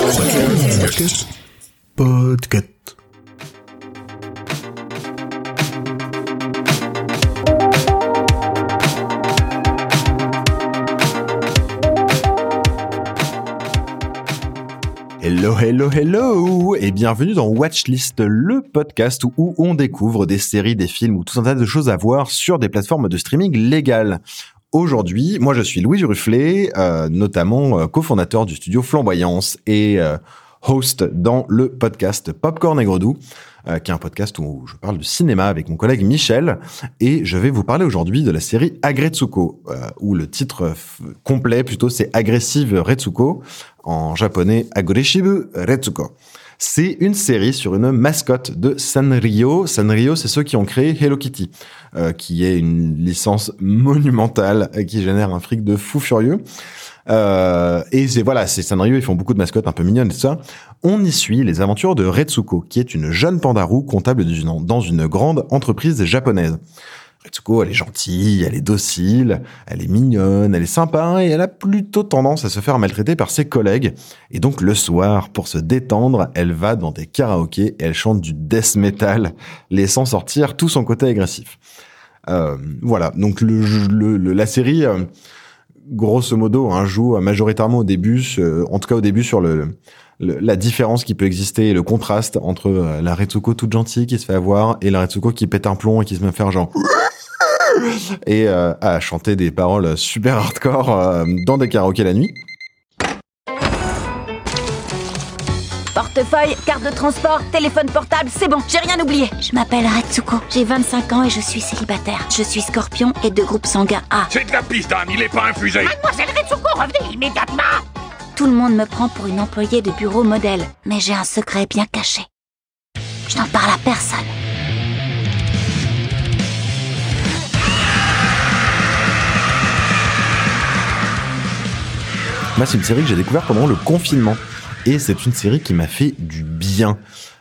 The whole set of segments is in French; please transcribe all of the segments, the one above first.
Podcast. Hello et bienvenue dans Watchlist, le podcast où on découvre des séries, des films ou tout un tas de choses à voir sur des plateformes de streaming légales. Aujourd'hui, moi je suis Louis Rufflet, notamment cofondateur du studio Flamboyance et host dans le podcast Popcorn et Gredou, qui est un podcast où je parle de cinéma avec mon collègue Michel, et je vais vous parler aujourd'hui de la série Aggretsuko, où le titre complet plutôt c'est Aggressive Retsuko, en japonais Agreshibu Retsuko. C'est une série sur une mascotte de Sanrio. Sanrio, c'est ceux qui ont créé Hello Kitty, qui est une licence monumentale qui génère un fric de fou furieux. Et c'est Sanrio, ils font beaucoup de mascottes un peu mignonnes et tout ça. On y suit les aventures de Retsuko, qui est une jeune pandarou comptable dans une grande entreprise japonaise. Retsuko, elle est gentille, elle est docile, elle est mignonne, elle est sympa et elle a plutôt tendance à se faire maltraiter par ses collègues. Et donc le soir, pour se détendre, elle va dans des karaokés et elle chante du death metal, laissant sortir tout son côté agressif. Voilà, donc la série, grosso modo, joue majoritairement au début, en tout cas au début sur la différence qui peut exister et le contraste entre la Retsuko toute gentille qui se fait avoir et la Retsuko qui pète un plomb et qui se met à faire genre et à chanter des paroles super hardcore dans des karaokés la nuit. Portefeuille, carte de transport, téléphone portable, c'est bon, j'ai rien oublié. Je m'appelle Retsuko, j'ai 25 ans et je suis célibataire. Je suis Scorpion et de groupe sanguin A. C'est de la pisane, il est pas infusé. Mademoiselle Retsuko, revenez immédiatement. Tout le monde me prend pour une employée de bureau modèle, mais j'ai un secret bien caché. Je n'en parle à personne. Moi, c'est une série que j'ai découverte pendant le confinement. Et c'est une série qui m'a fait du bien.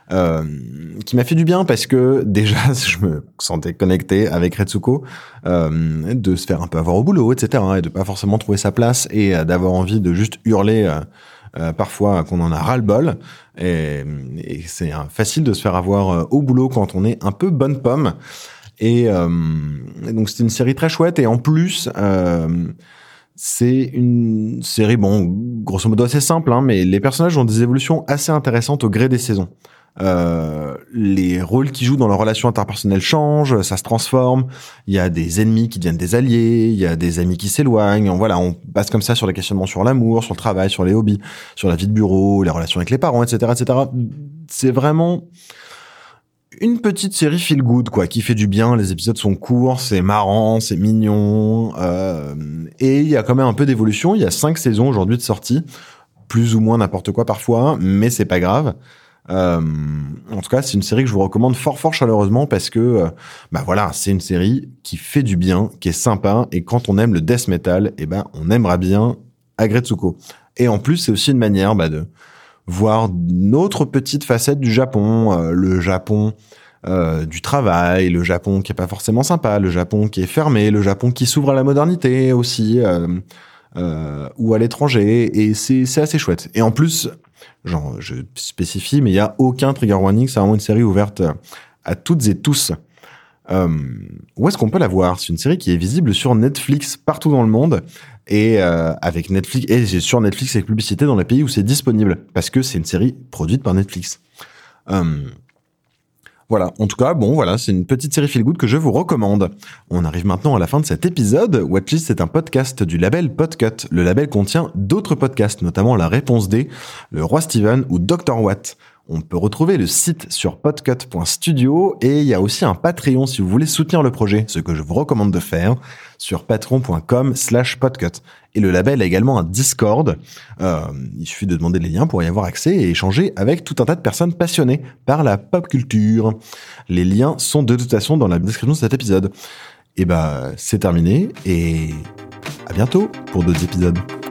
Parce que déjà, je me sentais connecté avec Retsuko, de se faire un peu avoir au boulot, etc. Et de pas forcément trouver sa place et d'avoir envie de juste hurler parfois qu'on en a ras-le-bol. Et c'est facile de se faire avoir au boulot quand on est un peu bonne pomme. Et donc, c'était une série très chouette. Et en plus... c'est une série, grosso modo assez simple, mais les personnages ont des évolutions assez intéressantes au gré des saisons. Les rôles qu'ils jouent dans leurs relations interpersonnelles changent, ça se transforme. Il y a des ennemis qui deviennent des alliés, il y a des amis qui s'éloignent. Voilà, on passe comme ça sur les questionnements sur l'amour, sur le travail, sur les hobbies, sur la vie de bureau, les relations avec les parents, etc., etc. C'est vraiment une petite série feel good, qui fait du bien. Les épisodes sont courts, c'est marrant, c'est mignon, et il y a quand même un peu d'évolution. Il y a 5 saisons aujourd'hui de sortie, plus ou moins n'importe quoi parfois, mais c'est pas grave. En tout cas, c'est une série que je vous recommande fort, fort chaleureusement parce que, c'est une série qui fait du bien, qui est sympa, et quand on aime le death metal, on aimera bien Aggretsuko. Et en plus, c'est aussi une manière, de voir une autre petite facette du Japon, le Japon du travail, le Japon qui est pas forcément sympa, le Japon qui est fermé, le Japon qui s'ouvre à la modernité aussi, ou à l'étranger, et c'est assez chouette. Et en plus, je spécifie, mais il y a aucun trigger warning, c'est vraiment une série ouverte à toutes et tous. Où est-ce qu'on peut la voir ? C'est une série qui est visible sur Netflix partout dans le monde, et avec Netflix, et sur Netflix avec publicité dans les pays où c'est disponible, parce que c'est une série produite par Netflix. Voilà, en tout cas, c'est une petite série feel good que je vous recommande. On arrive maintenant à la fin de cet épisode. Watchlist est un podcast du label Podcut. Le label contient d'autres podcasts, notamment La Réponse D, Le Roi Steven ou Dr Watt. On peut retrouver le site sur podcut.studio et il y a aussi un Patreon si vous voulez soutenir le projet, ce que je vous recommande de faire sur patreon.com/podcut. Et le label a également un Discord. Il suffit de demander les liens pour y avoir accès et échanger avec tout un tas de personnes passionnées par la pop culture. Les liens sont de toute façon dans la description de cet épisode. Et c'est terminé et à bientôt pour d'autres épisodes.